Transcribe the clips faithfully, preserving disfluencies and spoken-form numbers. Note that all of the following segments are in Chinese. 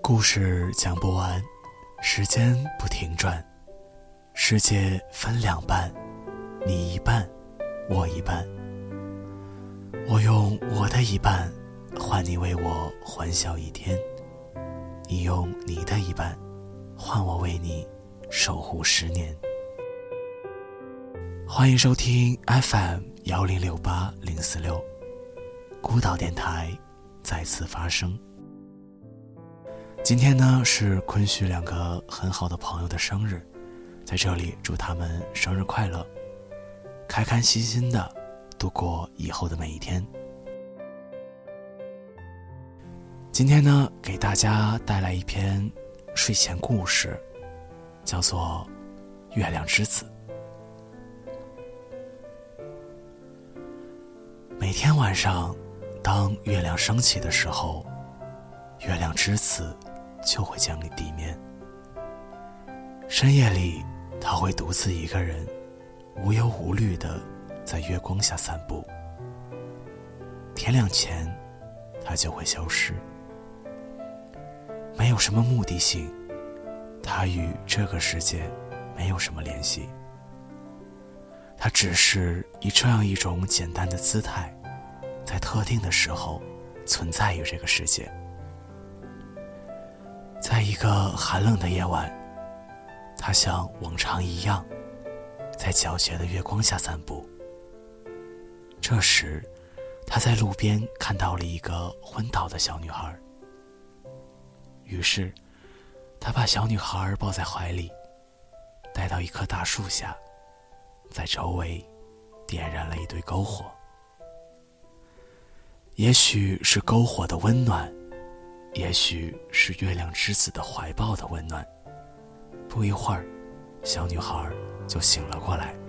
故事讲不完，时间不停转，世界分两半，你一半，我一半。我用我的一半换你为我欢笑一天，你用你的一半换我为你守护十年。欢迎收听 F M 一零六八零四六，孤岛电台再次发声。今天呢是昆旭两个很好的朋友的生日，在这里祝他们生日快乐，开开心心的度过以后的每一天。今天呢给大家带来一篇睡前故事，叫做《月亮之子》。每天晚上当月亮升起的时候，月亮之子就会降临地面。深夜里，他会独自一个人无忧无虑地在月光下散步。天亮前，他就会消失。没有什么目的性，他与这个世界没有什么联系。他只是以这样一种简单的姿态，在特定的时候存在于这个世界。在一个寒冷的夜晚，他像往常一样在皎洁的月光下散步。这时他在路边看到了一个昏倒的小女孩，于是他把小女孩抱在怀里，带到一棵大树下，在周围点燃了一堆篝火。也许是篝火的温暖，也许是月亮之子的怀抱的温暖，不一会儿，小女孩就醒了过来。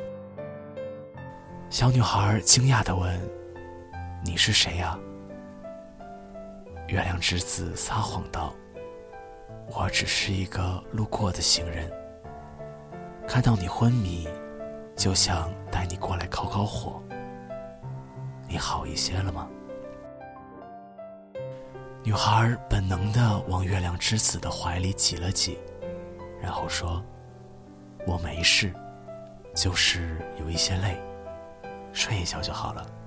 小女孩惊讶地问：“你是谁呀？”月亮之子撒谎道：“我只是一个路过的行人，看到你昏迷，就想带你过来烤烤火。你好一些了吗？”女孩本能地往月亮之子的怀里挤了挤，然后说：“我没事，就是有一些累，睡一觉就好了。”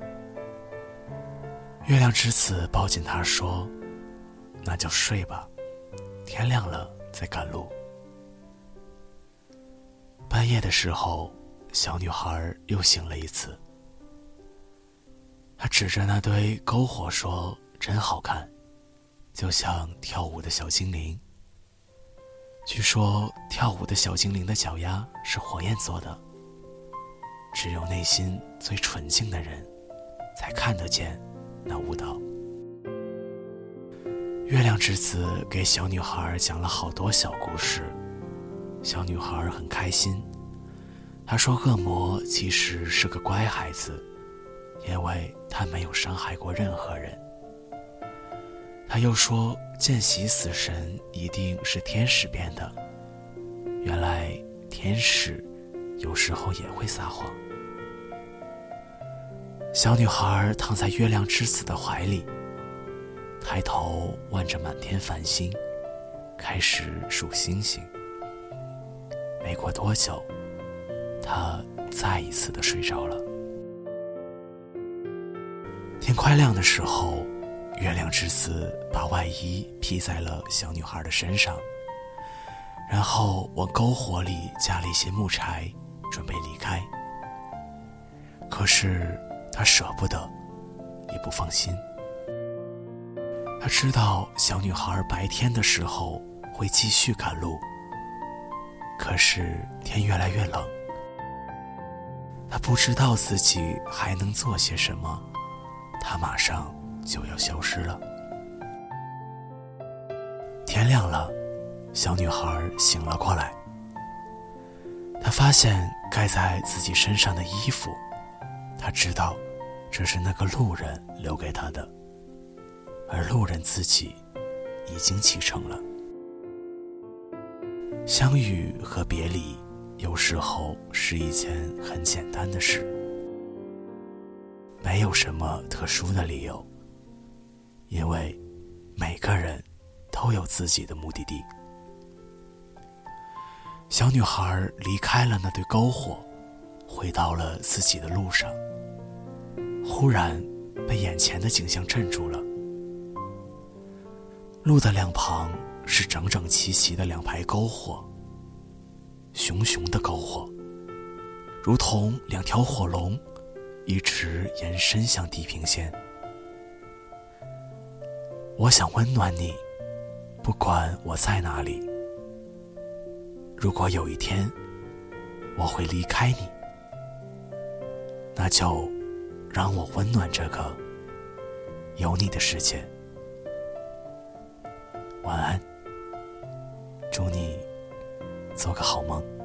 月亮之子抱紧她说：“那就睡吧，天亮了再赶路。”半夜的时候，小女孩又醒了一次。她指着那堆篝火说：“真好看，就像跳舞的小精灵。”据说跳舞的小精灵的脚丫是火焰做的，只有内心最纯净的人才看得见那舞蹈。月亮之子给小女孩讲了好多小故事，小女孩很开心。她说恶魔其实是个乖孩子，因为他没有伤害过任何人。他又说见习死神一定是天使变的，原来天使有时候也会撒谎。小女孩躺在月亮之子的怀里，抬头望着满天繁星，开始数星星。没过多久，她再一次的睡着了。天快亮的时候，月亮之子把外衣披在了小女孩的身上，然后往篝火里加了一些木柴，准备离开。可是他舍不得，也不放心。他知道小女孩白天的时候会继续赶路，可是天越来越冷，他不知道自己还能做些什么，他马上就要消失了。天亮了，小女孩醒了过来。她发现盖在自己身上的衣服，她知道这是那个路人留给她的，而路人自己已经启程了。相遇和别离有时候是一件很简单的事，没有什么特殊的理由，因为每个人都有自己的目的地。小女孩离开了那堆篝火，回到了自己的路上，忽然被眼前的景象镇住了。路的两旁是整整齐齐的两排篝火，熊熊的篝火，如同两条火龙，一直延伸向地平线。我想温暖你，不管我在哪里。如果有一天我会离开你，那就让我温暖这个有你的世界。晚安，祝你做个好梦。